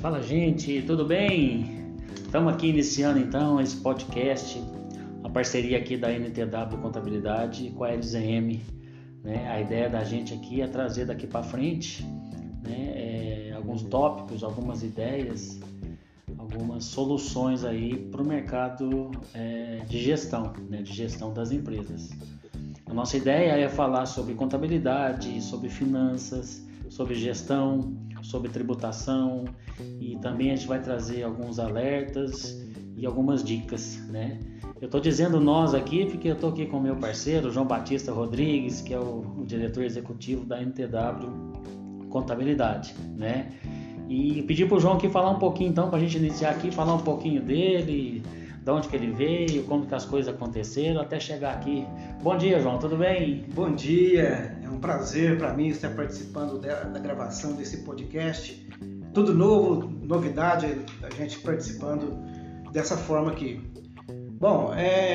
Fala, gente, tudo bem? Estamos aqui iniciando então esse podcast, a parceria aqui da NTW Contabilidade com a LZM, né? A ideia da gente aqui é trazer daqui para frente, né, alguns tópicos, algumas ideias, algumas soluções aí para o mercado de gestão, né, de gestão das empresas. A nossa ideia é falar sobre contabilidade, sobre finanças, sobre gestão, sobre tributação, e também a gente vai trazer alguns alertas e algumas dicas, né? Eu estou dizendo nós aqui porque eu estou aqui com o meu parceiro, João Batista Rodrigues, que é o diretor executivo da NTW Contabilidade, né? E pedi para o João aqui falar um pouquinho então, para a gente iniciar aqui, falar um pouquinho dele, de onde que ele veio, como que as coisas aconteceram até chegar aqui. Bom dia, João, tudo bem? Bom dia, é um prazer para mim estar participando da gravação desse podcast. Tudo novo, novidade, a gente participando dessa forma aqui. Bom,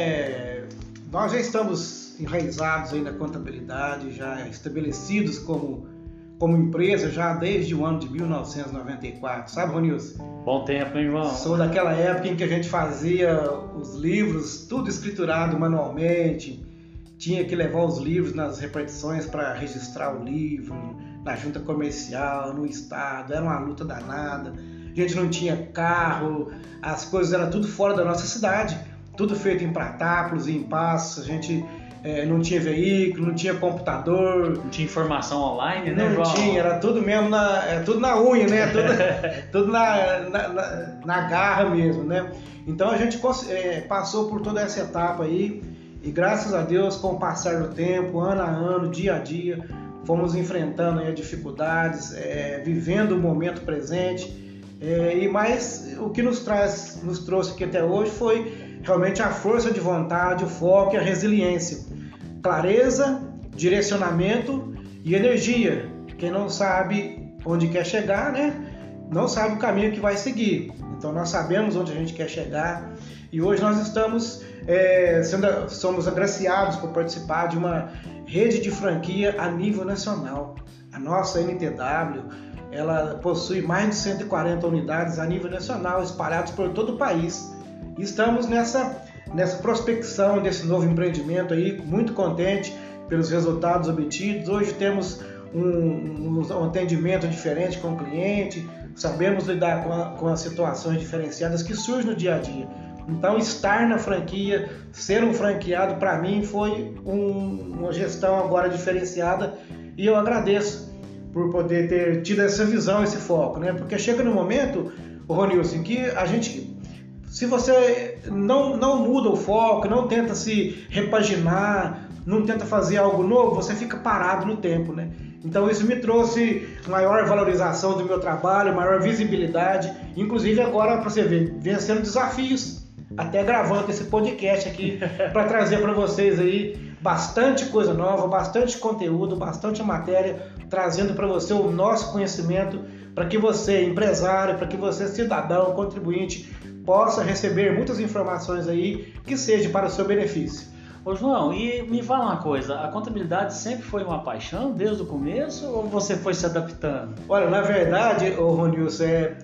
nós já estamos enraizados aí na contabilidade, já estabelecidos como empresa já desde o ano de 1994, sabe, Ronilson? Bom tempo, hein, João? Sou daquela época em que a gente fazia os livros, tudo escriturado manualmente, tinha que levar os livros nas repartições para registrar o livro, na junta comercial, no estado, era uma luta danada, a gente não tinha carro, as coisas eram tudo fora da nossa cidade, tudo feito em pratápolis e em passos, a gente não tinha veículo, não tinha computador. Não tinha informação online, né, João? Não tinha, era tudo mesmo, tudo na unha, né? Tudo na garra mesmo, né? Então a gente passou por toda essa etapa aí e graças a Deus, com o passar do tempo, ano a ano, dia a dia, fomos enfrentando aí as dificuldades, vivendo o momento presente. Mas o que nos trouxe aqui até hoje foi realmente a força de vontade, o foco e a resiliência. Clareza, direcionamento e energia. Quem não sabe onde quer chegar, né, não sabe o caminho que vai seguir. Então nós sabemos onde a gente quer chegar e hoje nós somos agraciados por participar de uma rede de franquia a nível nacional. A nossa NTW, ela possui mais de 140 unidades a nível nacional, espalhadas por todo o país. E estamos nessa prospecção desse novo empreendimento aí, muito contente pelos resultados obtidos. Hoje temos um atendimento diferente com o cliente, sabemos lidar com as situações diferenciadas que surgem no dia a dia. Então, estar na franquia, ser um franqueado, para mim foi uma gestão agora diferenciada e eu agradeço por poder ter tido essa visão, esse foco, né? Porque chega no momento, Ronilson, que a gente, se você não muda o foco, não tenta se repaginar, não tenta fazer algo novo, você fica parado no tempo, né? Então isso me trouxe maior valorização do meu trabalho, maior visibilidade, inclusive agora, para você ver, vencendo desafios, até gravando esse podcast aqui para trazer para vocês aí bastante coisa nova, bastante conteúdo, bastante matéria, trazendo para você o nosso conhecimento, para que você, empresário, para que você, cidadão, contribuinte, possa receber muitas informações aí que seja para o seu benefício. Ô João, e me fala uma coisa, a contabilidade sempre foi uma paixão desde o começo ou você foi se adaptando? Olha, na verdade, Ronilson,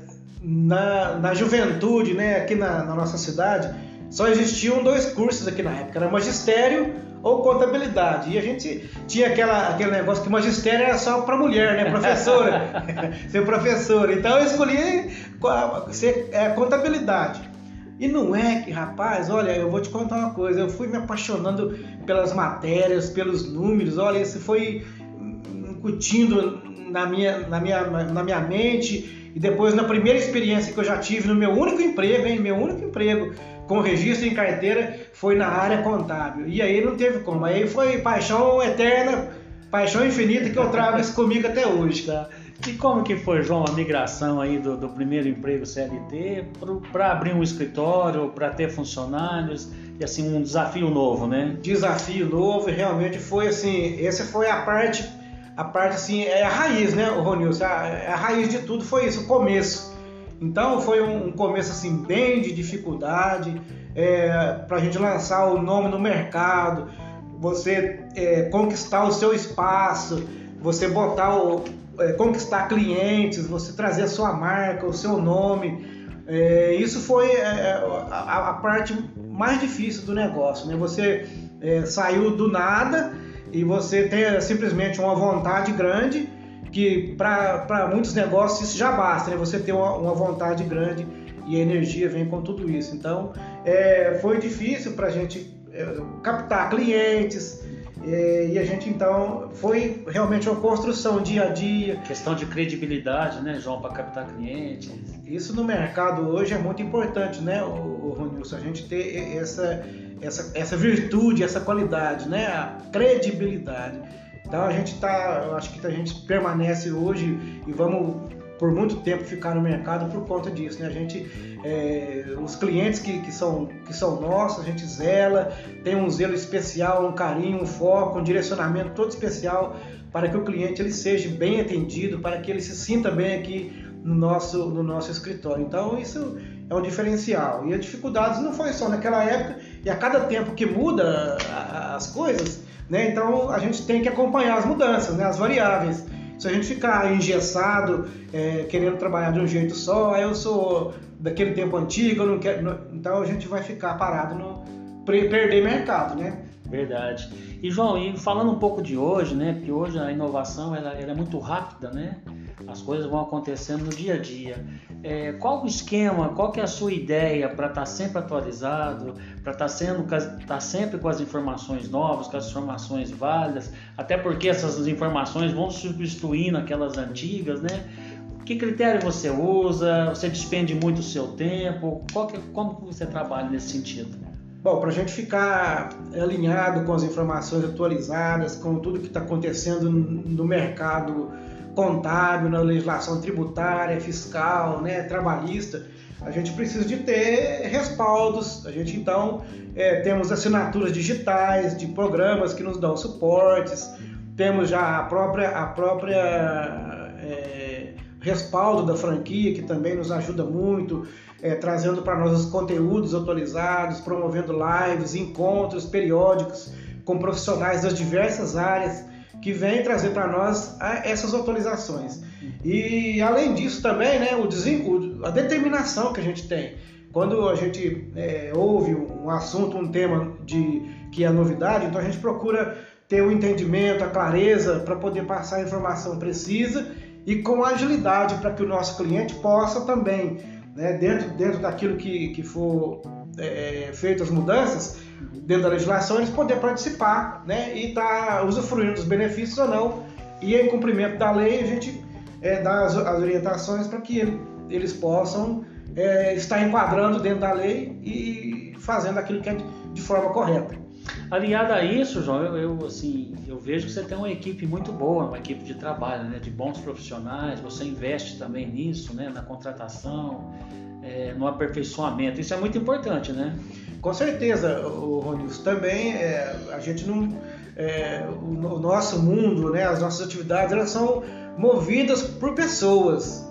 na juventude, né, aqui na nossa cidade, só existiam 2 cursos aqui na época, era magistério ou contabilidade. E a gente tinha aquele negócio que magistério era só para mulher, né, professora, ser professora. Então eu escolhi ser contabilidade. E não é que, rapaz, olha, eu vou te contar uma coisa, eu fui me apaixonando pelas matérias, pelos números, olha, isso foi incutindo na minha mente, e depois na primeira experiência que eu já tive no meu único emprego, com registro em carteira, foi na área contábil. E aí não teve como, aí foi paixão eterna, paixão infinita que eu trago isso comigo até hoje. Tá? E como que foi, João, a migração aí do primeiro emprego CLT para abrir um escritório, para ter funcionários, e assim, um desafio novo, né? Desafio novo, realmente foi assim, essa foi a parte assim, é a raiz, né, Ronilson? A raiz de tudo foi isso, o começo. Então foi um começo assim, bem de dificuldade, para a gente lançar o nome no mercado, você conquistar o seu espaço, você botar conquistar clientes, você trazer a sua marca, o seu nome. Isso foi a parte mais difícil do negócio, né? Você saiu do nada e você tem simplesmente uma vontade grande, que para muitos negócios isso já basta, né? Você ter uma vontade grande e a energia vem com tudo isso. Então, foi difícil para a gente captar clientes, e a gente, então, foi realmente uma construção dia a dia. Questão de credibilidade, né, João, para captar clientes. Isso no mercado hoje é muito importante, né, o Ronilson, a gente ter essa virtude, essa qualidade, né, a credibilidade. Então eu acho que a gente permanece hoje e vamos por muito tempo ficar no mercado por conta disso, né? A gente, os clientes que são nossos, a gente zela, tem um zelo especial, um carinho, um foco, um direcionamento todo especial para que o cliente ele seja bem atendido, para que ele se sinta bem aqui no nosso escritório. Então isso é um diferencial. E as dificuldades não foi só naquela época, e a cada tempo que muda as coisas, né? Então a gente tem que acompanhar as mudanças, né? As variáveis. Se a gente ficar engessado, querendo trabalhar de um jeito só, eu sou daquele tempo antigo, eu não quero, então a gente vai ficar parado perder mercado, né? Verdade. E João, e falando um pouco de hoje, né? Porque hoje a inovação ela é muito rápida, né? As coisas vão acontecendo no dia a dia. Qual o esquema, qual que é a sua ideia para estar sempre atualizado, para estar sempre com as informações novas, com as informações válidas, até porque essas informações vão substituindo aquelas antigas, né? Que critério você usa? Você despende muito o seu tempo? Como você trabalha nesse sentido? Bom, para a gente ficar alinhado com as informações atualizadas, com tudo que está acontecendo no mercado contábil, na legislação tributária, fiscal, né, trabalhista, a gente precisa de ter respaldos. A gente, então, temos assinaturas digitais de programas que nos dão suportes, temos já a própria respaldo da franquia, que também nos ajuda muito, trazendo para nós os conteúdos atualizados, promovendo lives, encontros periódicos com profissionais das diversas áreas, que vem trazer para nós essas atualizações. E além disso também, né, a determinação que a gente tem. Quando a gente ouve um assunto, um tema que é novidade, então a gente procura ter o entendimento, a clareza para poder passar a informação precisa e com agilidade para que o nosso cliente possa também, né, dentro daquilo que for feito as mudanças, dentro da legislação, eles poderem participar, né, e estar usufruindo dos benefícios ou não. E em cumprimento da lei, a gente dá as orientações para que eles possam estar enquadrando dentro da lei e fazendo aquilo que é de forma correta. Aliado a isso, João, eu vejo que você tem uma equipe muito boa, uma equipe de trabalho, né, de bons profissionais. Você investe também nisso, né, na contratação, no aperfeiçoamento. Isso é muito importante, né? Com certeza, Ronilson. Também a gente não, o nosso mundo, né, as nossas atividades, elas são movidas por pessoas.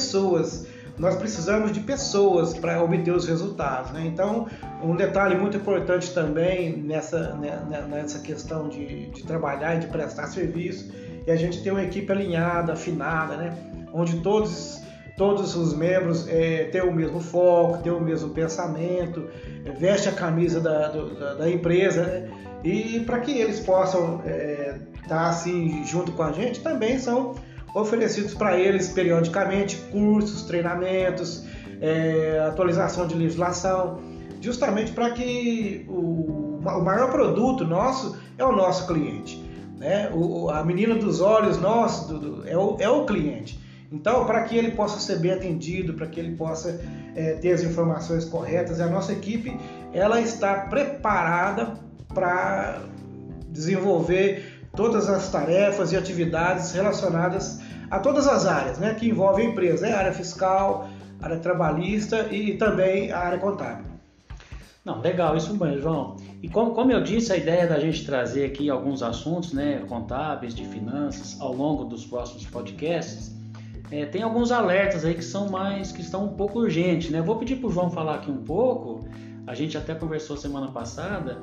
Nós precisamos de pessoas para obter os resultados, né? Então, um detalhe muito importante também nessa questão de trabalhar e de prestar serviço é a gente ter uma equipe alinhada, afinada, né? Onde todos os membros têm o mesmo foco, têm o mesmo pensamento, veste a camisa da empresa, né? E para que eles possam estar assim junto com a gente, também são oferecidos para eles periodicamente cursos, treinamentos, atualização de legislação, justamente para que o maior produto nosso é o nosso cliente, né? A menina dos olhos nosso é o cliente. Então, para que ele possa ser bem atendido, para que ele possa ter as informações corretas, a nossa equipe ela está preparada para desenvolver todas as tarefas e atividades relacionadas a todas as áreas, né, que envolvem a empresa, a área fiscal, a área trabalhista e também a área contábil. Não, legal, isso mesmo, João. E como eu disse, a ideia é da gente trazer aqui alguns assuntos, né, contábeis, de finanças, ao longo dos próximos podcasts. Tem alguns alertas aí que estão um pouco urgentes, né? Eu vou pedir para o João falar aqui um pouco. A gente até conversou semana passada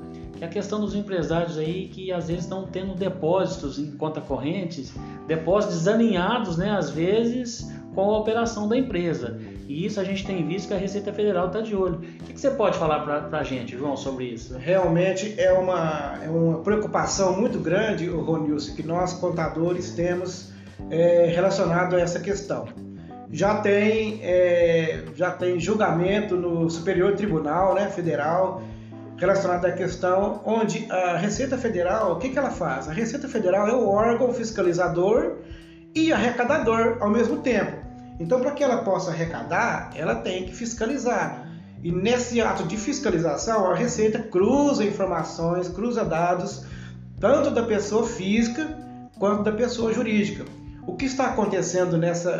que é a questão dos empresários aí que às vezes estão tendo depósitos em conta correntes, depósitos desalinhados, né, às vezes com a operação da empresa. E isso a gente tem visto que a Receita Federal está de olho. O que você pode falar para a gente, João, sobre isso? Realmente é uma preocupação muito grande, Ronilson, que nós contadores temos relacionado a essa questão. Já tem julgamento no Superior Tribunal, né, Federal, relacionado à questão onde a Receita Federal, o que ela faz? A Receita Federal é o órgão fiscalizador e arrecadador ao mesmo tempo. Então, para que ela possa arrecadar, ela tem que fiscalizar. E nesse ato de fiscalização, a Receita cruza informações, cruza dados, tanto da pessoa física quanto da pessoa jurídica. O que está acontecendo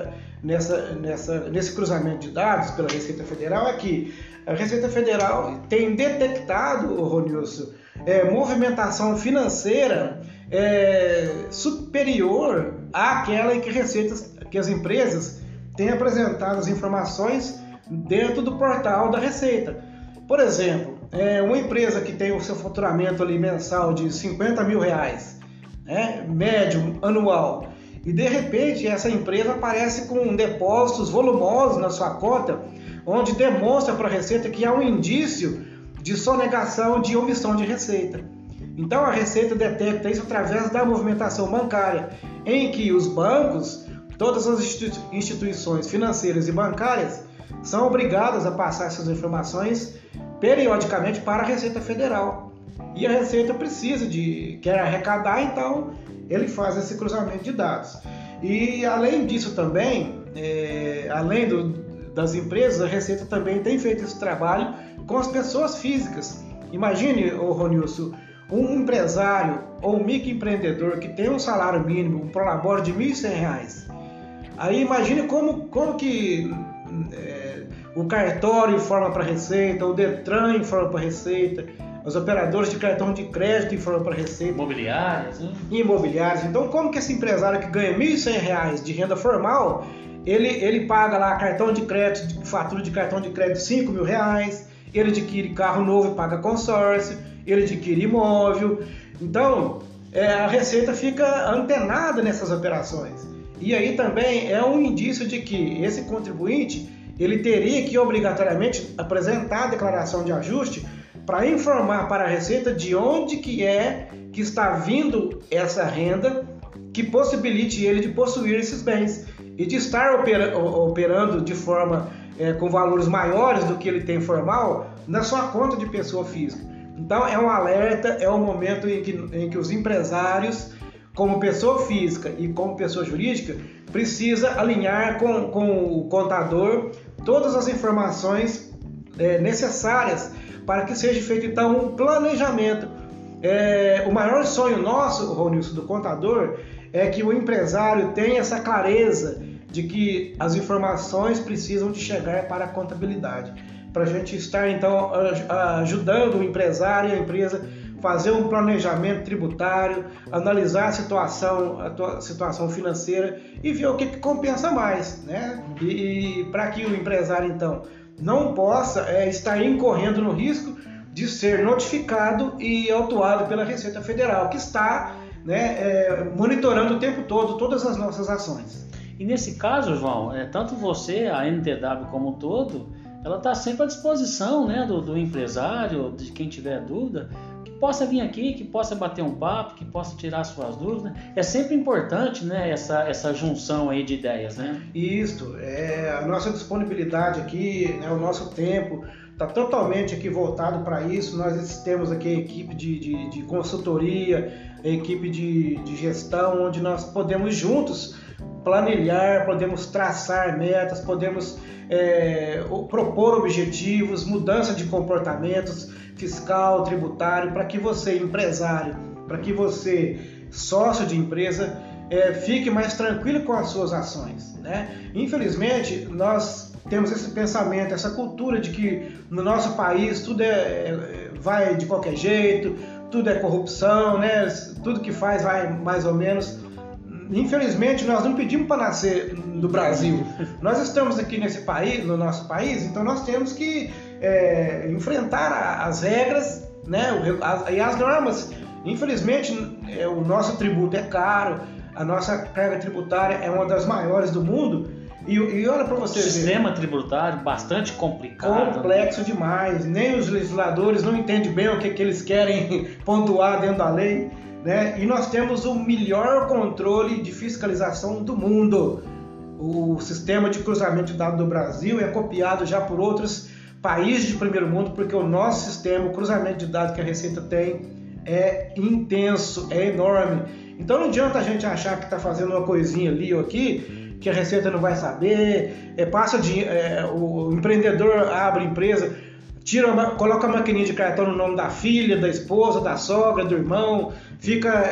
nesse cruzamento de dados pela Receita Federal é que a Receita Federal tem detectado, Ronilson, movimentação financeira superior àquela em que as empresas têm apresentado as informações dentro do portal da Receita. Por exemplo, uma empresa que tem o seu faturamento ali mensal de R$50 mil, médio, anual, e de repente essa empresa aparece com depósitos volumosos na sua conta, onde demonstra para a Receita que há um indício de sonegação de omissão de receita. Então a Receita detecta isso através da movimentação bancária, em que os bancos, todas as instituições financeiras e bancárias são obrigadas a passar essas informações periodicamente para a Receita Federal. E a Receita quer arrecadar, então ele faz esse cruzamento de dados. E além disso também, além das empresas, a Receita também tem feito esse trabalho com as pessoas físicas. Imagine, Ronilson, um empresário ou um microempreendedor que tem um salário mínimo, um prolabore de R$ 1.100. Aí imagine como que o cartório informa para a Receita, o Detran informa para a Receita, os operadores de cartão de crédito informam para a Receita. Imobiliárias, né? Imobiliárias. Então, como que esse empresário que ganha R$ 1.100 de renda formal, ele paga lá cartão de crédito, fatura de cartão de crédito de R$ 5 mil, ele adquire carro novo e paga consórcio, ele adquire imóvel. Então, a Receita fica antenada nessas operações. E aí também é um indício de que esse contribuinte ele teria que obrigatoriamente apresentar a declaração de ajuste para informar para a Receita de onde que está vindo essa renda que possibilite ele de possuir esses bens e de estar operando de forma com valores maiores do que ele tem formal na sua conta de pessoa física. Então é um alerta, é um momento em que os empresários, como pessoa física e como pessoa jurídica, precisa alinhar com o contador todas as informações necessárias para que seja feito então um planejamento. O maior sonho nosso, Ronilson, do contador, é que o empresário tenha essa clareza de que as informações precisam de chegar para a contabilidade, para a gente estar então ajudando o empresário e a empresa fazer um planejamento tributário, analisar a situação financeira e ver o que compensa mais, né? E para que o empresário então não possa estar incorrendo no risco de ser notificado e autuado pela Receita Federal, que está monitorando o tempo todo todas as nossas ações. E nesse caso, João, tanto você, a NTW como um todo, ela está sempre à disposição, né, do empresário, de quem tiver dúvida, que possa vir aqui, que possa bater um papo, que possa tirar suas dúvidas. É sempre importante, né, essa junção aí de ideias, né? Isso, a nossa disponibilidade aqui, o nosso tempo está totalmente aqui voltado para isso. Nós temos aqui a equipe de consultoria, a equipe de gestão, onde nós podemos juntos planilhar, podemos traçar metas, podemos propor objetivos, mudança de comportamentos fiscal, tributário, para que você, empresário, para que você, sócio de empresa, fique mais tranquilo com as suas ações, né? Infelizmente, nós temos esse pensamento, essa cultura de que no nosso país tudo vai de qualquer jeito, tudo é corrupção, né? Tudo que faz vai mais ou menos. Infelizmente, nós não pedimos para nascer no Brasil. Nós estamos aqui no nosso país, então nós temos que enfrentar as regras né? E as normas, infelizmente, o nosso tributo é caro, a nossa carga tributária é uma das maiores do mundo. E olha para você ver. Sistema tributário bastante complicado. Complexo demais. Nem os legisladores não entendem bem o que eles querem pontuar dentro da lei, né? E nós temos o melhor controle de fiscalização do mundo. O sistema de cruzamento de dados do Brasil é copiado já por outros países de primeiro mundo, porque o nosso sistema, o cruzamento de dados que a Receita tem, é intenso, é enorme. Então não adianta a gente achar que está fazendo uma coisinha ali ou aqui, que a Receita não vai saber, o empreendedor abre empresa, coloca a maquininha de cartão no nome da filha, da esposa, da sogra, do irmão, fica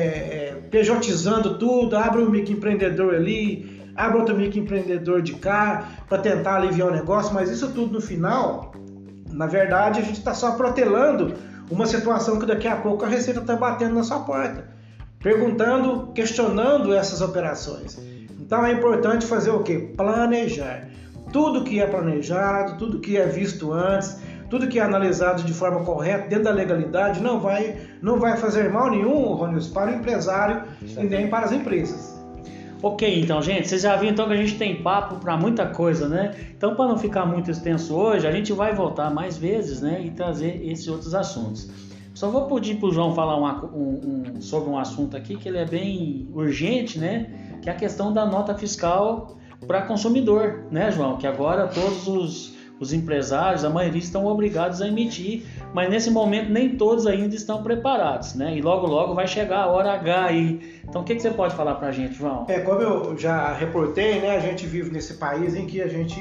pejotizando tudo, abre um microempreendedor ali, abre outro microempreendedor de cá, para tentar aliviar o negócio, mas isso tudo no final, na verdade, a gente está só protelando uma situação que daqui a pouco a Receita está batendo na sua porta, perguntando, questionando essas operações. Então é importante fazer o quê? Planejar. Tudo que é planejado, tudo que é visto antes, tudo que é analisado de forma correta, dentro da legalidade, não vai fazer mal nenhum, Ronilson, para o empresário e nem para as empresas. Ok, então, gente, vocês já viram então que a gente tem papo para muita coisa, né? Então, para não ficar muito extenso hoje, a gente vai voltar mais vezes, né? E trazer esses outros assuntos. Só vou pedir para o João falar sobre um assunto aqui que ele é bem urgente, né? Que é a questão da nota fiscal para consumidor, né, João? Que agora todos os empresários, a maioria estão obrigados a emitir, mas nesse momento nem todos ainda estão preparados, né? E logo logo vai chegar a hora H aí. Então o que você pode falar para a gente, João? Como eu já reportei, né? A gente vive nesse país em que a gente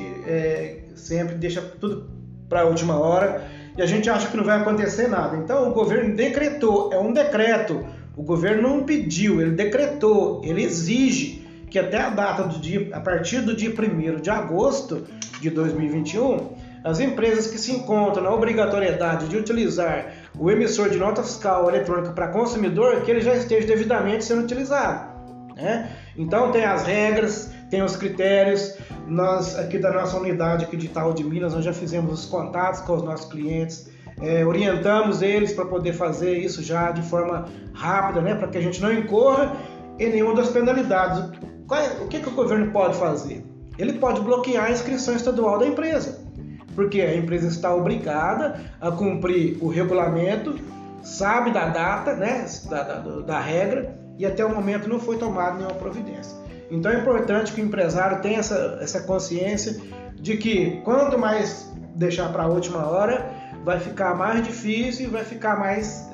sempre deixa tudo para a última hora e a gente acha que não vai acontecer nada. Então o governo decretou, é um decreto. O governo não pediu, ele decretou, ele exige que até a data a partir do dia 1º de agosto de 2021, as empresas que se encontram na obrigatoriedade de utilizar o emissor de nota fiscal eletrônica para consumidor, que ele já esteja devidamente sendo utilizado, né? Então tem as regras, tem os critérios. Nós aqui da nossa unidade aqui de Itaú de Minas, nós já fizemos os contatos com os nossos clientes, orientamos eles para poder fazer isso já de forma rápida, né? Para que a gente não incorra em nenhuma das penalidades. O que o governo pode fazer? Ele pode bloquear a inscrição estadual da empresa, porque a empresa está obrigada a cumprir o regulamento, sabe da data, né, da regra, e até o momento não foi tomada nenhuma providência. Então é importante que o empresário tenha essa consciência de que quanto mais deixar para a última hora, vai ficar mais difícil e vai ficar mais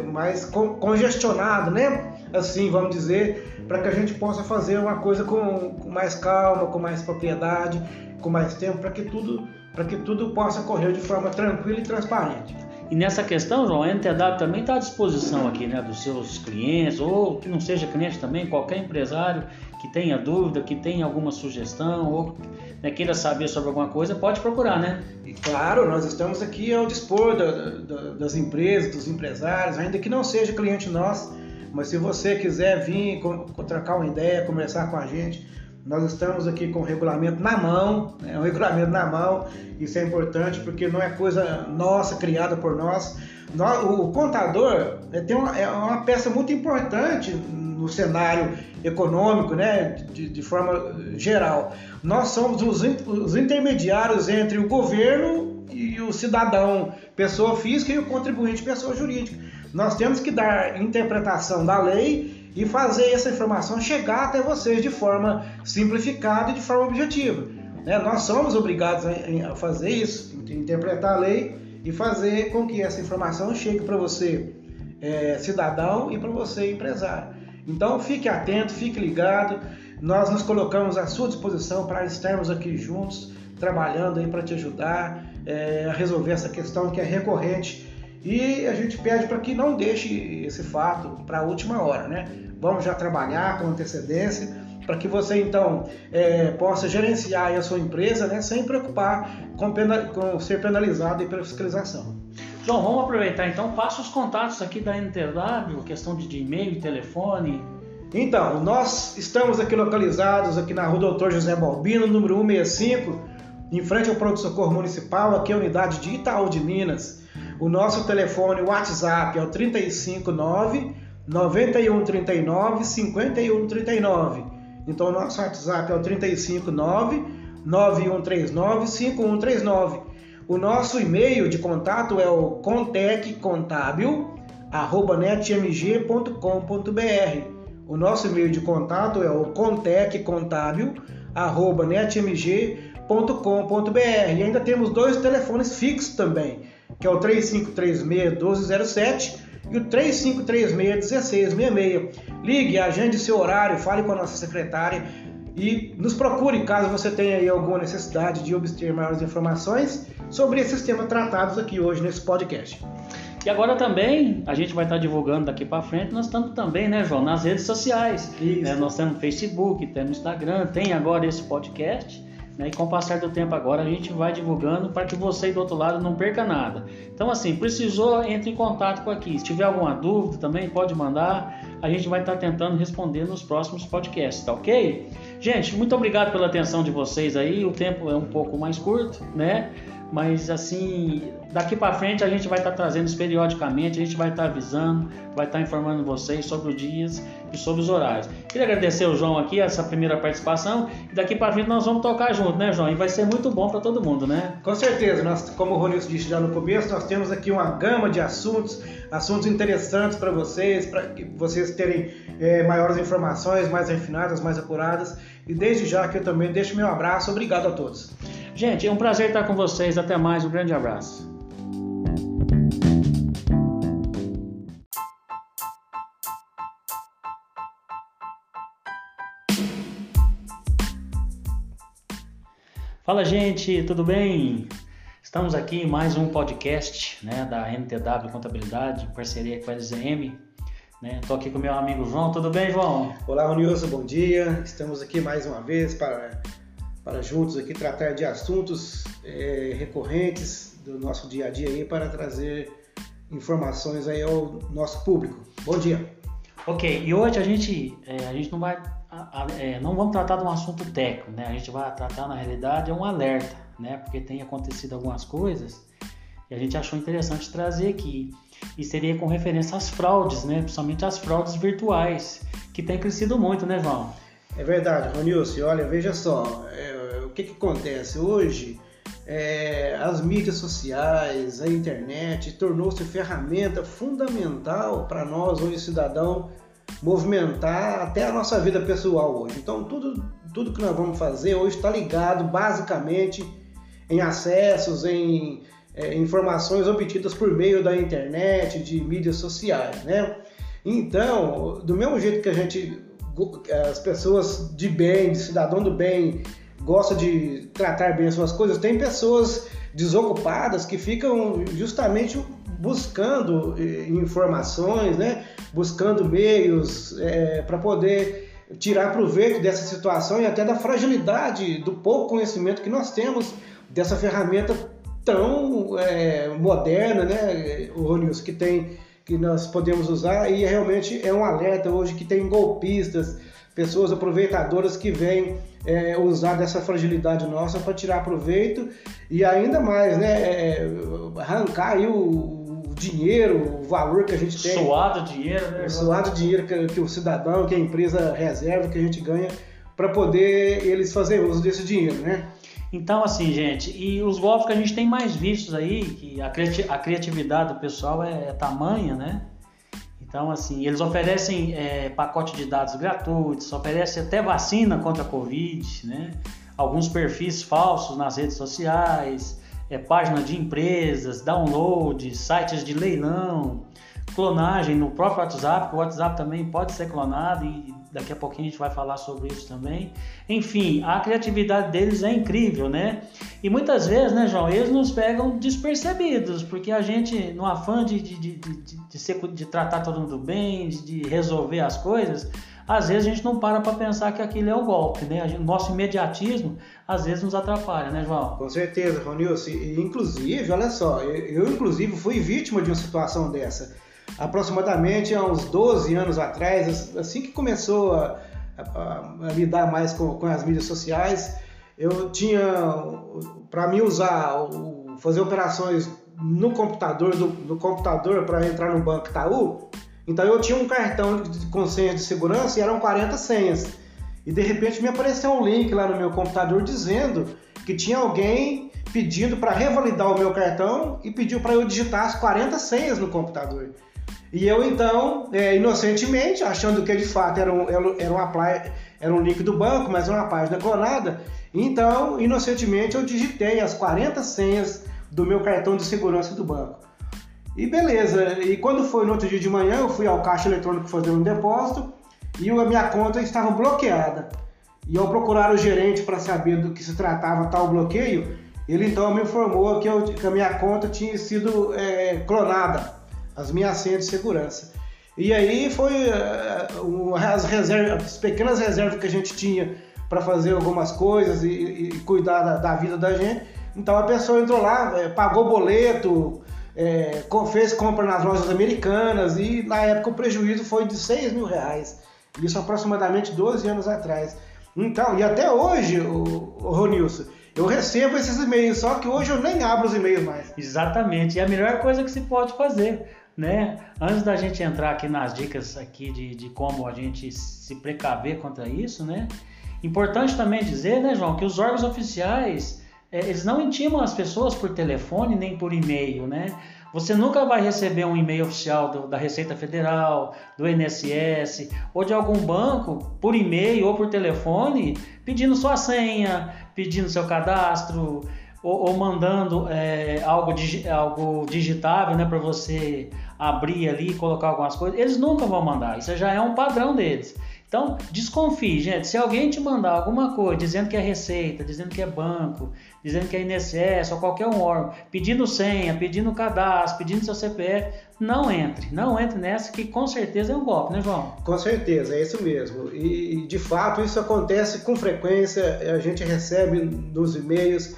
congestionado, né? Assim, vamos dizer, para que a gente possa fazer uma coisa com mais calma, com mais propriedade, com mais tempo, para que tudo possa correr de forma tranquila e transparente. E nessa questão, João, a NTW também está à disposição aqui, né, dos seus clientes, ou que não seja cliente também, qualquer empresário que tenha dúvida, que tenha alguma sugestão, ou queira saber sobre alguma coisa, pode procurar, né? E claro, nós estamos aqui ao dispor das empresas, dos empresários, ainda que não seja cliente nosso, mas se você quiser vir trocar uma ideia, conversar com a gente, nós estamos aqui com o regulamento na mão, né? Um regulamento na mão, isso é importante porque não é coisa nossa, criada por nós. O contador é uma peça muito importante no cenário econômico, né? De forma geral. Nós somos os intermediários entre o governo e o cidadão, pessoa física, e o contribuinte, pessoa jurídica. Nós temos que dar interpretação da lei e fazer essa informação chegar até vocês de forma simplificada e de forma objetiva, né? Nós somos obrigados a fazer isso, interpretar a lei e fazer com que essa informação chegue para você, cidadão, e para você, empresário. Então fique atento, fique ligado, nós nos colocamos à sua disposição para estarmos aqui juntos, trabalhando aí para te ajudar a resolver essa questão que é recorrente. E a gente pede para que não deixe esse fato para a última hora, né? Vamos já trabalhar com antecedência para que você então possa gerenciar a sua empresa, né, sem preocupar com ser penalizado pela fiscalização. João, vamos aproveitar então, passa os contatos aqui da NTW, questão de e-mail, telefone. Então, nós estamos aqui localizados aqui na Rua Dr. José Balbino, número 165, em frente ao Pronto Socorro Municipal, aqui é a unidade de Itaú de Minas. O nosso telefone, o WhatsApp é o 359 9139 5139. Então o nosso WhatsApp é o 359 9139 5139. O nosso e-mail de contato é o conteccontábil@netmg.com.br. O nosso e-mail de contato é o conteccontábil@netmg.com.br. E ainda temos 2 telefones fixos também, que é o 3536-1207 e o 3536-1666. Ligue, agende seu horário, fale com a nossa secretária e nos procure caso você tenha aí alguma necessidade de obter maiores informações sobre esses temas tratados aqui hoje nesse podcast. E agora também, a gente vai estar divulgando daqui para frente, nós estamos também, né, João, nas redes sociais. Né? Nós temos Facebook, temos Instagram, tem agora esse podcast, né? E com o passar do tempo agora a gente vai divulgando para que você do outro lado não perca nada. Então assim, precisou, entre em contato com aqui. Se tiver alguma dúvida também pode mandar, a gente vai estar tentando responder nos próximos podcasts, tá ok? Gente, muito obrigado pela atenção de vocês aí, o tempo é um pouco mais curto, né? Mas assim, daqui para frente a gente vai estar trazendo isso periodicamente, a gente vai estar avisando, vai estar informando vocês sobre os dias e sobre os horários. Queria agradecer ao João aqui, essa primeira participação, e daqui para frente nós vamos tocar junto, né, João? E vai ser muito bom para todo mundo, né? Com certeza, nós, como o Ronilson disse já no começo, nós temos aqui uma gama de assuntos interessantes para que vocês terem maiores informações, mais refinadas, mais apuradas. E desde já que eu também deixo meu abraço, obrigado a todos. Gente, é um prazer estar com vocês. Até mais, um grande abraço. Fala, gente, tudo bem? Estamos aqui em mais um podcast, né, da NTW Contabilidade, em parceria com a LZM. Estou aqui com meu amigo João. Tudo bem, João? Olá, Ronilson, bom dia. Estamos aqui mais uma vez para juntos aqui tratar de assuntos recorrentes do nosso dia a dia aí para trazer informações aí ao nosso público. Bom dia. Ok, e hoje a gente não vamos tratar de um assunto técnico, né? A gente vai tratar, na realidade, um alerta, né? Porque tem acontecido algumas coisas e a gente achou interessante trazer aqui. E seria com referência às fraudes, né? Principalmente às fraudes virtuais, que tem crescido muito, né, João? É verdade, Ronilson. Olha, veja só, o que acontece hoje? As mídias sociais, a internet tornou-se ferramenta fundamental para nós, hoje, cidadão, movimentar até a nossa vida pessoal hoje. Então, tudo que nós vamos fazer hoje está ligado basicamente em acessos, em informações obtidas por meio da internet, de mídias sociais, né? Então, do mesmo jeito que as pessoas de bem, de cidadão do bem, gostam de tratar bem as suas coisas, tem pessoas desocupadas que ficam justamente buscando informações, né? Buscando meios para poder tirar proveito dessa situação e até da fragilidade, do pouco conhecimento que nós temos dessa ferramenta tão moderna, né, o Ronilson, que nós podemos usar, e realmente é um alerta hoje que tem golpistas, pessoas aproveitadoras que vêm usar dessa fragilidade nossa para tirar proveito e ainda mais, né, arrancar aí o dinheiro, o valor que a gente tem. Suado dinheiro, né? O suado dinheiro que o cidadão, que a empresa reserva, que a gente ganha para poder eles fazerem uso desse dinheiro, né? Então, assim, gente, e os golpes que a gente tem mais vistos aí, que a criatividade do pessoal é tamanha, né? Então, assim, eles oferecem pacote de dados gratuitos, oferecem até vacina contra a Covid, né? Alguns perfis falsos nas redes sociais, páginas de empresas, download, sites de leilão, clonagem no próprio WhatsApp, o WhatsApp também pode ser clonado e daqui a pouquinho a gente vai falar sobre isso também. Enfim, a criatividade deles é incrível, né? E muitas vezes, né, João, eles nos pegam despercebidos, porque a gente, no afã de tratar todo mundo bem, de resolver as coisas, às vezes a gente não para pensar que aquilo é um golpe, né? O nosso imediatismo, às vezes, nos atrapalha, né, João? Com certeza, Ronilson. Inclusive, olha só, eu inclusive fui vítima de uma situação dessa. Aproximadamente há uns 12 anos atrás, assim que começou a lidar mais com as mídias sociais, eu tinha, para mim fazer operações no computador para entrar no Banco Itaú. Então eu tinha um cartão com senhas de segurança e eram 40 senhas. E de repente me apareceu um link lá no meu computador dizendo que tinha alguém pedindo para revalidar o meu cartão e pediu para eu digitar as 40 senhas no computador. E eu então, inocentemente, achando que de fato era um link do banco, mas era uma página clonada, então, inocentemente, eu digitei as 40 senhas do meu cartão de segurança do banco. E beleza, e quando foi no outro dia de manhã, eu fui ao caixa eletrônico fazer um depósito e a minha conta estava bloqueada. E ao procurar o gerente para saber do que se tratava tal bloqueio, ele então me informou que a minha conta tinha sido clonada, as minhas senhas de segurança. E aí foi as pequenas reservas que a gente tinha para fazer algumas coisas e cuidar da vida da gente. Então a pessoa entrou lá, pagou boleto, fez compra nas lojas americanas e na época o prejuízo foi de R$6 mil. Isso aproximadamente 12 anos atrás. Então, e até hoje, o Ronilson, eu recebo esses e-mails, só que hoje eu nem abro os e-mails mais. Exatamente, e a melhor coisa que se pode fazer, né? Antes da gente entrar aqui nas dicas aqui de como a gente se precaver contra isso, né? Importante também dizer, né, João, que os órgãos oficiais, eles não intimam as pessoas por telefone nem por e-mail, né? Você nunca vai receber um e-mail oficial da Receita Federal, do INSS ou de algum banco por e-mail ou por telefone pedindo sua senha, pedindo seu cadastro ou mandando algo digitável, né, para você abrir ali e colocar algumas coisas. Eles nunca vão mandar, isso já é um padrão deles. Então, desconfie, gente. Se alguém te mandar alguma coisa dizendo que é Receita, dizendo que é banco, dizendo que é INSS ou qualquer um órgão, pedindo senha, pedindo cadastro, pedindo seu CPF, não entre nessa, que com certeza é um golpe, né, João? Com certeza, é isso mesmo. E de fato isso acontece com frequência, a gente recebe nos e-mails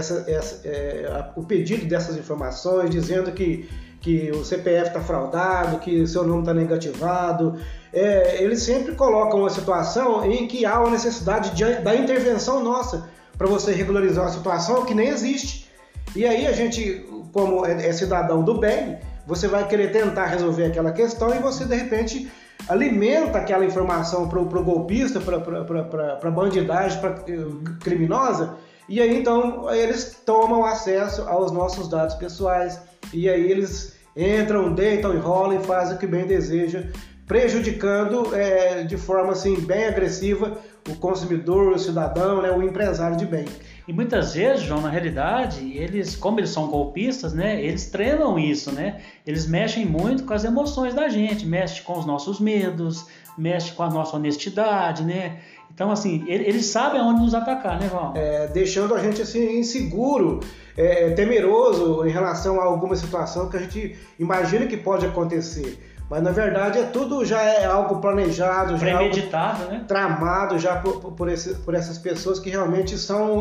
o pedido dessas informações, dizendo que o CPF está fraudado, que o seu nome está negativado. Eles sempre colocam uma situação em que há uma necessidade da intervenção nossa para você regularizar uma situação que nem existe. E aí a gente, como é cidadão do bem, você vai querer tentar resolver aquela questão e você de repente alimenta aquela informação para o golpista, para a bandidagem, para criminosa, e aí então eles tomam acesso aos nossos dados pessoais e aí eles entram, deitam, enrolam e fazem o que bem deseja, prejudicando de forma assim bem agressiva o consumidor, o cidadão, né, o empresário de bem. E muitas vezes, João, na realidade, como eles são golpistas, né, eles treinam isso, né? Eles mexem muito com as emoções da gente, mexem com os nossos medos, mexem com a nossa honestidade, né? Então, assim, eles sabem aonde nos atacar, né, João? Deixando a gente assim inseguro, temeroso em relação a alguma situação que a gente imagina que pode acontecer. Mas na verdade tudo já é algo planejado, já premeditado, algo, né? Tramado já por essas pessoas que realmente são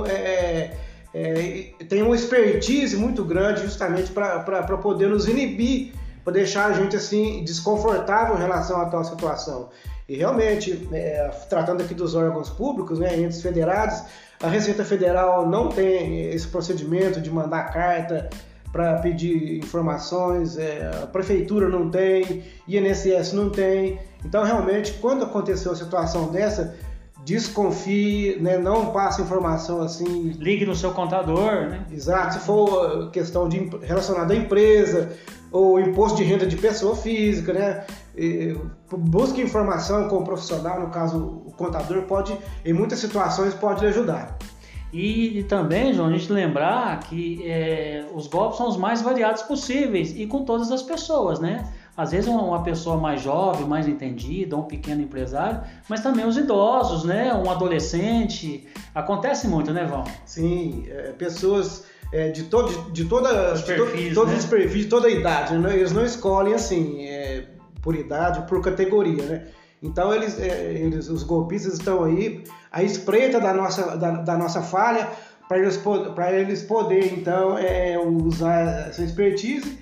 têm uma expertise muito grande justamente para poder nos inibir, para deixar a gente assim desconfortável em relação a tal situação. E realmente, tratando aqui dos órgãos públicos, né, entes federados, a Receita Federal não tem esse procedimento de mandar carta para pedir informações, a Prefeitura não tem, INSS não tem. Então, realmente, quando aconteceu uma situação dessa, desconfie, né, não passe informação assim. Ligue no seu contador, né? Exato, se for questão relacionada à empresa ou imposto de renda de pessoa física, né? Busque informação com o profissional, no caso o contador em muitas situações pode lhe ajudar. E também, João, a gente lembrar que os golpes são os mais variados possíveis e com todas as pessoas, né? Às vezes uma pessoa mais jovem, mais entendida, um pequeno empresário, mas também os idosos, né? Um adolescente. Acontece muito, né, João? Sim, pessoas de todos os perfis, de toda a idade, né? Eles não escolhem assim por idade, por categoria, né? Então os golpistas estão aí à espreita da nossa falha para eles poderem então usar essa expertise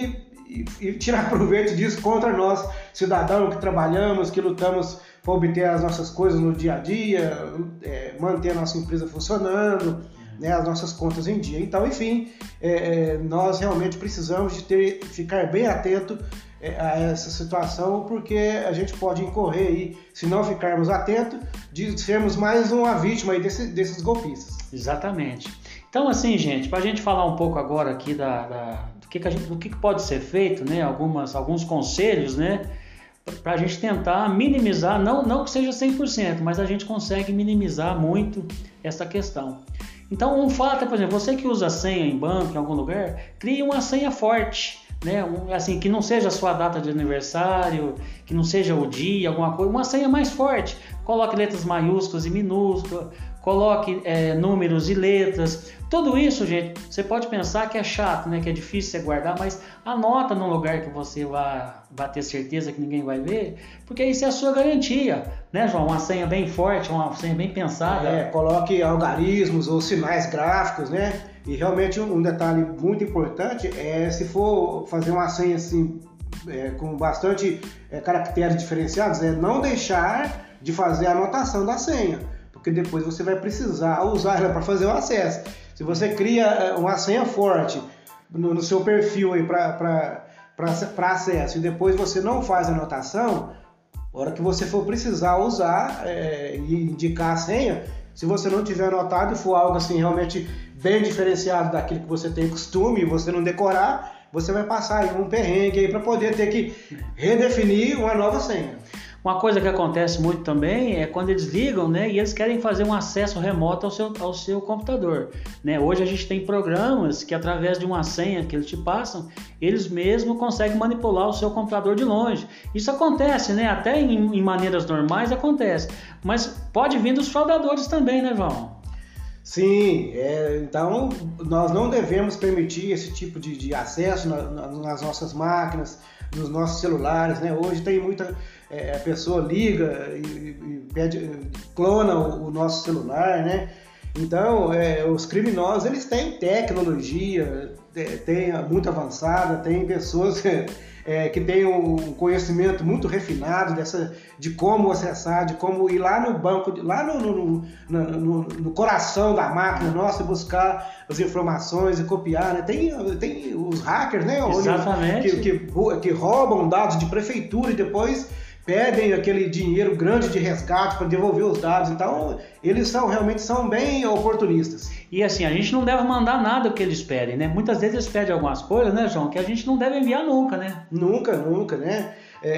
e tirar proveito disso contra nós, cidadãos que trabalhamos, que lutamos para obter as nossas coisas no dia a dia, manter a nossa empresa funcionando, né, as nossas contas em dia. Então, enfim, nós realmente precisamos de ficar bem atento a essa situação, porque a gente pode incorrer aí, se não ficarmos atentos, de sermos mais uma vítima aí desses golpistas. Exatamente. Então, assim, gente, para a gente falar um pouco agora aqui do que pode ser feito, né, alguns conselhos, né, para a gente tentar minimizar, não que seja 100%, mas a gente consegue minimizar muito essa questão. Então, um fato é, por exemplo, você que usa senha em banco, em algum lugar, crie uma senha forte, né? Assim, que não seja a sua data de aniversário, que não seja o dia, alguma coisa, uma senha mais forte. Coloque letras maiúsculas e minúsculas, coloque números e letras. Tudo isso, gente, você pode pensar que é chato, né? Que é difícil você guardar, mas anota num lugar que você vai ter certeza que ninguém vai ver, porque isso é a sua garantia, né, João? Uma senha bem forte, uma senha bem pensada. Coloque algarismos ou sinais gráficos, né? E realmente um detalhe muito importante é, se for fazer uma senha assim, com bastante caracteres diferenciados, não deixar de fazer a anotação da senha, porque depois você vai precisar usar ela para fazer o acesso. Se você cria uma senha forte no seu perfil aí para acesso e depois você não faz a anotação, na hora que você for precisar usar e indicar a senha, se você não tiver anotado e for algo assim realmente bem diferenciado daquilo que você tem costume e você não decorar, você vai passar aí um perrengue aí para poder ter que redefinir uma nova senha. Uma coisa que acontece muito também é quando eles ligam, né, e eles querem fazer um acesso remoto ao seu computador, né? Hoje a gente tem programas que, através de uma senha que eles te passam, eles mesmos conseguem manipular o seu computador de longe. Isso acontece, né? Até em maneiras normais acontece, mas pode vir dos fraudadores também, né, João? Sim, então nós não devemos permitir esse tipo de acesso nas nossas máquinas, nos nossos celulares, né? Hoje tem muita... a pessoa liga e clona o nosso celular, né? Então, os criminosos, eles têm tecnologia, muito avançada, tem pessoas que têm um conhecimento muito refinado de como acessar, de como ir lá no banco, lá no coração da máquina nossa, buscar as informações e copiar, né? Tem os hackers, né? Exatamente. Que roubam dados de prefeitura e depois pedem aquele dinheiro grande de resgate para devolver os dados. Então, eles realmente são bem oportunistas. E assim, a gente não deve mandar nada que eles pedem, né? Muitas vezes eles pedem algumas coisas, né, João, que a gente não deve enviar nunca, né? Nunca, né?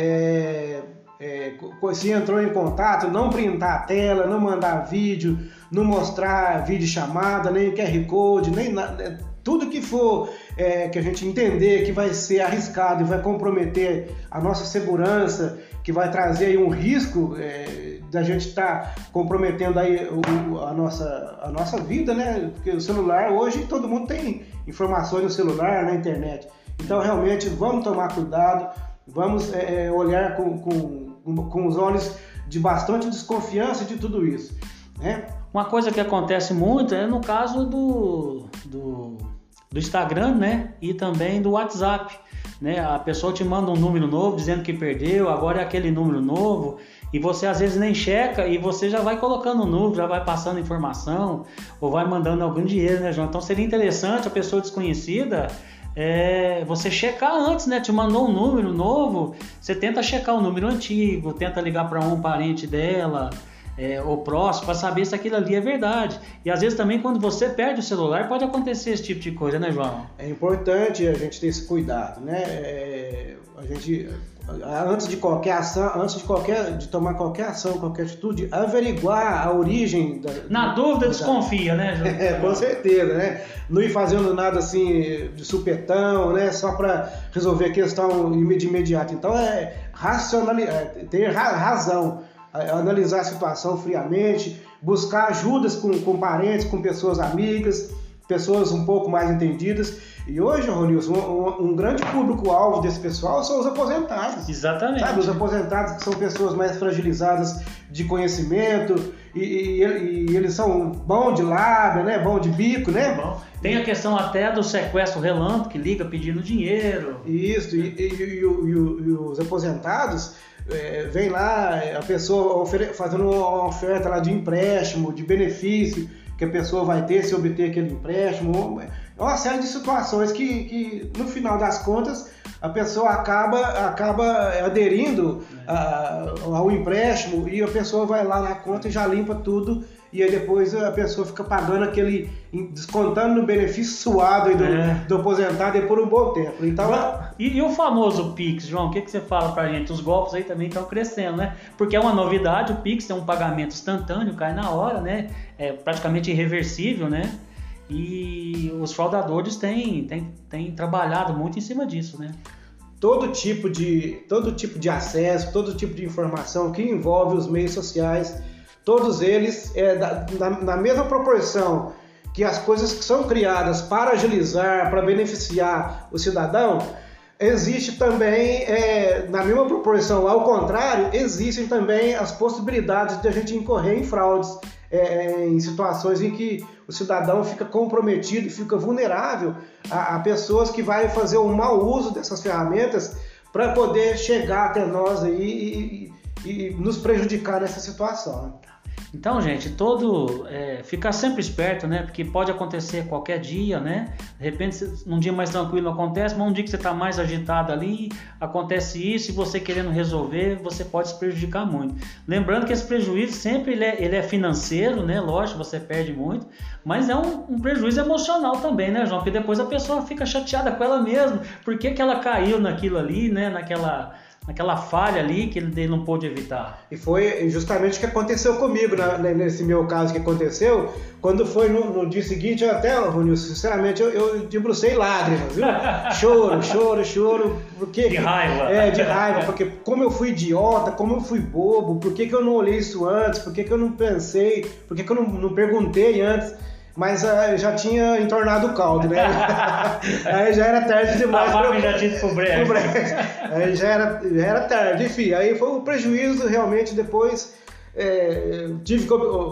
Se entrou em contato, não printar a tela, não mandar vídeo, não mostrar vídeo chamada, nem QR Code, nem nada. Tudo que for que a gente entender que vai ser arriscado e vai comprometer a nossa segurança, que vai trazer aí um risco da gente estar comprometendo aí a nossa vida, né? Porque o celular, hoje todo mundo tem informações no celular, na internet. Então, realmente, vamos tomar cuidado, vamos olhar com os olhos de bastante desconfiança de tudo isso, né? Uma coisa que acontece muito é no caso do Instagram, né? E também do WhatsApp, né? A pessoa te manda um número novo dizendo que perdeu, agora é aquele número novo, e você às vezes nem checa e você já vai colocando o número, já vai passando informação ou vai mandando algum dinheiro, né, João? Então seria interessante a pessoa desconhecida você checar antes, né? Te mandou um número novo, você tenta checar o número antigo, tenta ligar para um parente dela, ou próximo, para saber se aquilo ali é verdade. E às vezes também quando você perde o celular pode acontecer esse tipo de coisa, né, João? É importante a gente ter esse cuidado, né? A gente, antes de tomar qualquer ação, qualquer atitude, averiguar a origem Na dúvida, desconfia, né, João? Com certeza, né? Não ir fazendo nada assim de supetão, né? Só para resolver a questão de imediato. Então, ter razão, analisar a situação friamente, buscar ajudas com parentes, com pessoas amigas, pessoas um pouco mais entendidas. E hoje, Ronilson, um grande público-alvo desse pessoal são os aposentados. Exatamente. Sabe, os aposentados, que são pessoas mais fragilizadas de conhecimento e eles são bom de lábia, né? Bom de bico, né? Bom. Tem a questão até do sequestro relâmpago, que liga pedindo dinheiro. Isso, e os aposentados, vem lá a pessoa fazendo uma oferta lá de empréstimo, de benefício, que a pessoa vai ter se obter aquele empréstimo. É uma série de situações que no final das contas, a pessoa acaba aderindo ao empréstimo e a pessoa vai lá na conta e já limpa tudo. E aí depois a pessoa fica pagando descontando no benefício suado aí do aposentado aí por um bom tempo. Então, e o famoso Pix, João, o que você fala pra gente? Os golpes aí também estão crescendo, né? Porque é uma novidade, o Pix é um pagamento instantâneo, cai na hora, né? É praticamente irreversível, né? E os fraudadores têm trabalhado muito em cima disso, né? Todo tipo de acesso, todo tipo de informação que envolve os meios sociais, todos eles, na mesma proporção que as coisas que são criadas para agilizar, para beneficiar o cidadão, existe também, na mesma proporção, ao contrário, existem também as possibilidades de a gente incorrer em fraudes, em situações em que o cidadão fica comprometido e fica vulnerável a pessoas que vão fazer um mau uso dessas ferramentas para poder chegar até nós aí e nos prejudicar nessa situação, né? Então, gente, ficar sempre esperto, né? Porque pode acontecer qualquer dia, né? De repente, num dia mais tranquilo acontece, mas um dia que você está mais agitado ali, acontece isso e você querendo resolver, você pode se prejudicar muito. Lembrando que esse prejuízo sempre ele é financeiro, né? Lógico, você perde muito, mas é um prejuízo emocional também, né, João? Porque depois a pessoa fica chateada com ela mesma. Por que ela caiu naquilo ali, né? Naquela falha ali que ele não pôde evitar. E foi justamente o que aconteceu comigo, nesse meu caso que aconteceu, quando foi no dia seguinte, Ronilson, sinceramente, eu debrucei lágrimas, viu? Choro, porque... De raiva. De raiva, porque como eu fui idiota, como eu fui bobo, por que eu não olhei isso antes, por que eu não pensei, por que eu não perguntei antes... Mas já tinha entornado o caldo, né? Aí já era tarde demais. Já tinha ido pro brejo. Aí já era tarde. Enfim, aí foi um prejuízo realmente depois. Eu tive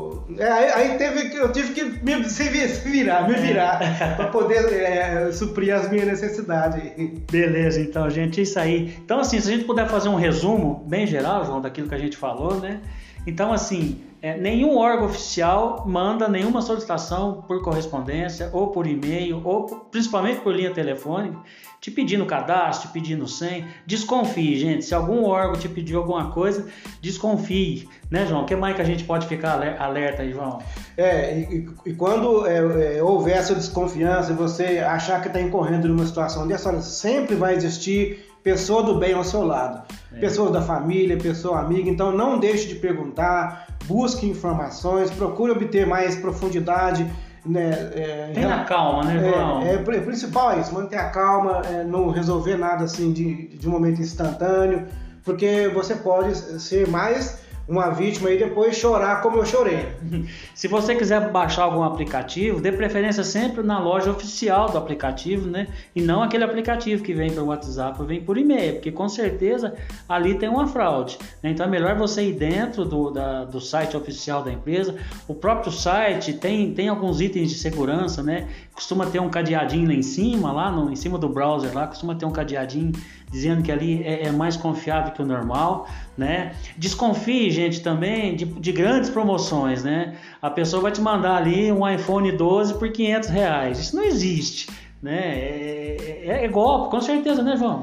que me virar para poder suprir as minhas necessidades. Beleza, então, gente, é isso aí. Então, assim, se a gente puder fazer um resumo bem geral, João, daquilo que a gente falou, né? Então, assim, nenhum órgão oficial manda nenhuma solicitação por correspondência ou por e-mail ou principalmente por linha telefônica te pedindo cadastro, te pedindo senha. Desconfie, gente. Se algum órgão te pedir alguma coisa, desconfie, né, João? O que mais que a gente pode ficar alerta aí, João? E quando houver essa desconfiança e você achar que está incorrendo numa situação dessa, sempre vai existir pessoa do bem ao seu lado, pessoas da família, pessoa amiga. Então não deixe de perguntar, busque informações, procure obter mais profundidade, né? Tenha calma, né, João? O principal é isso, manter a calma, não resolver nada assim de um momento instantâneo, porque você pode ser mais uma vítima e depois chorar como eu chorei. Se você quiser baixar algum aplicativo, dê preferência sempre na loja oficial do aplicativo, né? E não aquele aplicativo que vem por WhatsApp ou vem por e-mail, porque com certeza ali tem uma fraude, né? Então é melhor você ir dentro do site oficial da empresa. O próprio site tem alguns itens de segurança, né? Costuma ter um cadeadinho lá em cima, em cima do browser lá, costuma ter um cadeadinho dizendo que ali é mais confiável que o normal, né? Desconfie, gente, também de grandes promoções, né? A pessoa vai te mandar ali um iPhone 12 por R$500. Isso não existe, né? É golpe, com certeza, né, João?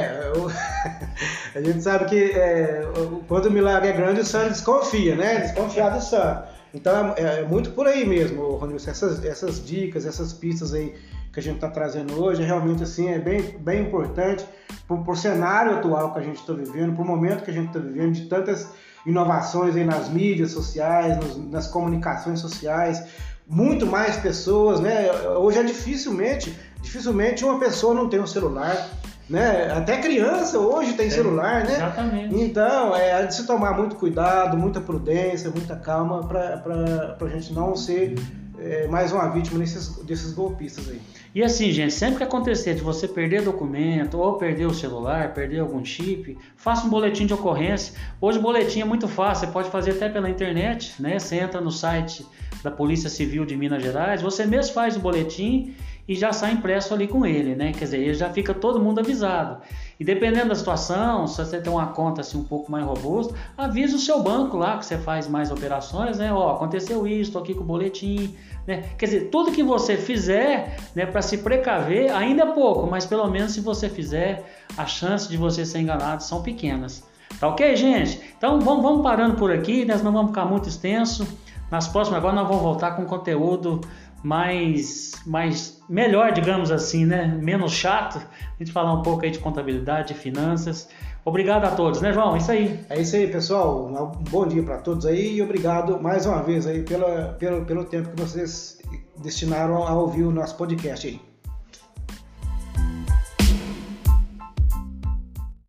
A gente sabe que quando o milagre é grande, o santo desconfia, né? Desconfiar do santo. Então é muito por aí mesmo, Ronilson. Essas dicas, essas pistas aí que a gente está trazendo hoje, realmente assim, é bem importante por cenário atual que a gente está vivendo, por momento que a gente está vivendo, de tantas inovações aí nas mídias sociais, nas comunicações sociais, muito mais pessoas, né? Hoje dificilmente uma pessoa não tem um celular, né? Até criança hoje tem celular, né? Exatamente. Então, é de se tomar muito cuidado, muita prudência, muita calma para a gente não ser mais uma vítima desses golpistas aí. E assim, gente, sempre que acontecer de você perder documento ou perder o celular, perder algum chip, faça um boletim de ocorrência. Hoje o boletim é muito fácil, você pode fazer até pela internet, né? Você entra no site da Polícia Civil de Minas Gerais, você mesmo faz o boletim e já sai impresso ali com ele, né? Quer dizer, ele já fica todo mundo avisado. E dependendo da situação, se você tem uma conta assim um pouco mais robusta, avisa o seu banco lá que você faz mais operações, né? Ó, aconteceu isso, estou aqui com o boletim, né? Quer dizer, tudo que você fizer, né, para se precaver, ainda é pouco, mas pelo menos se você fizer, as chances de você ser enganado são pequenas. Tá ok, gente? Então vamos parando por aqui, nós não vamos ficar muito extenso. Nas próximas agora nós vamos voltar com conteúdo mais melhor, digamos assim, né? Menos chato, a gente falar um pouco aí de contabilidade, de finanças. Obrigado a todos, né, João? Isso aí. É isso aí, pessoal. Um bom dia para todos aí e obrigado mais uma vez aí pelo tempo que vocês destinaram a ouvir o nosso podcast aí.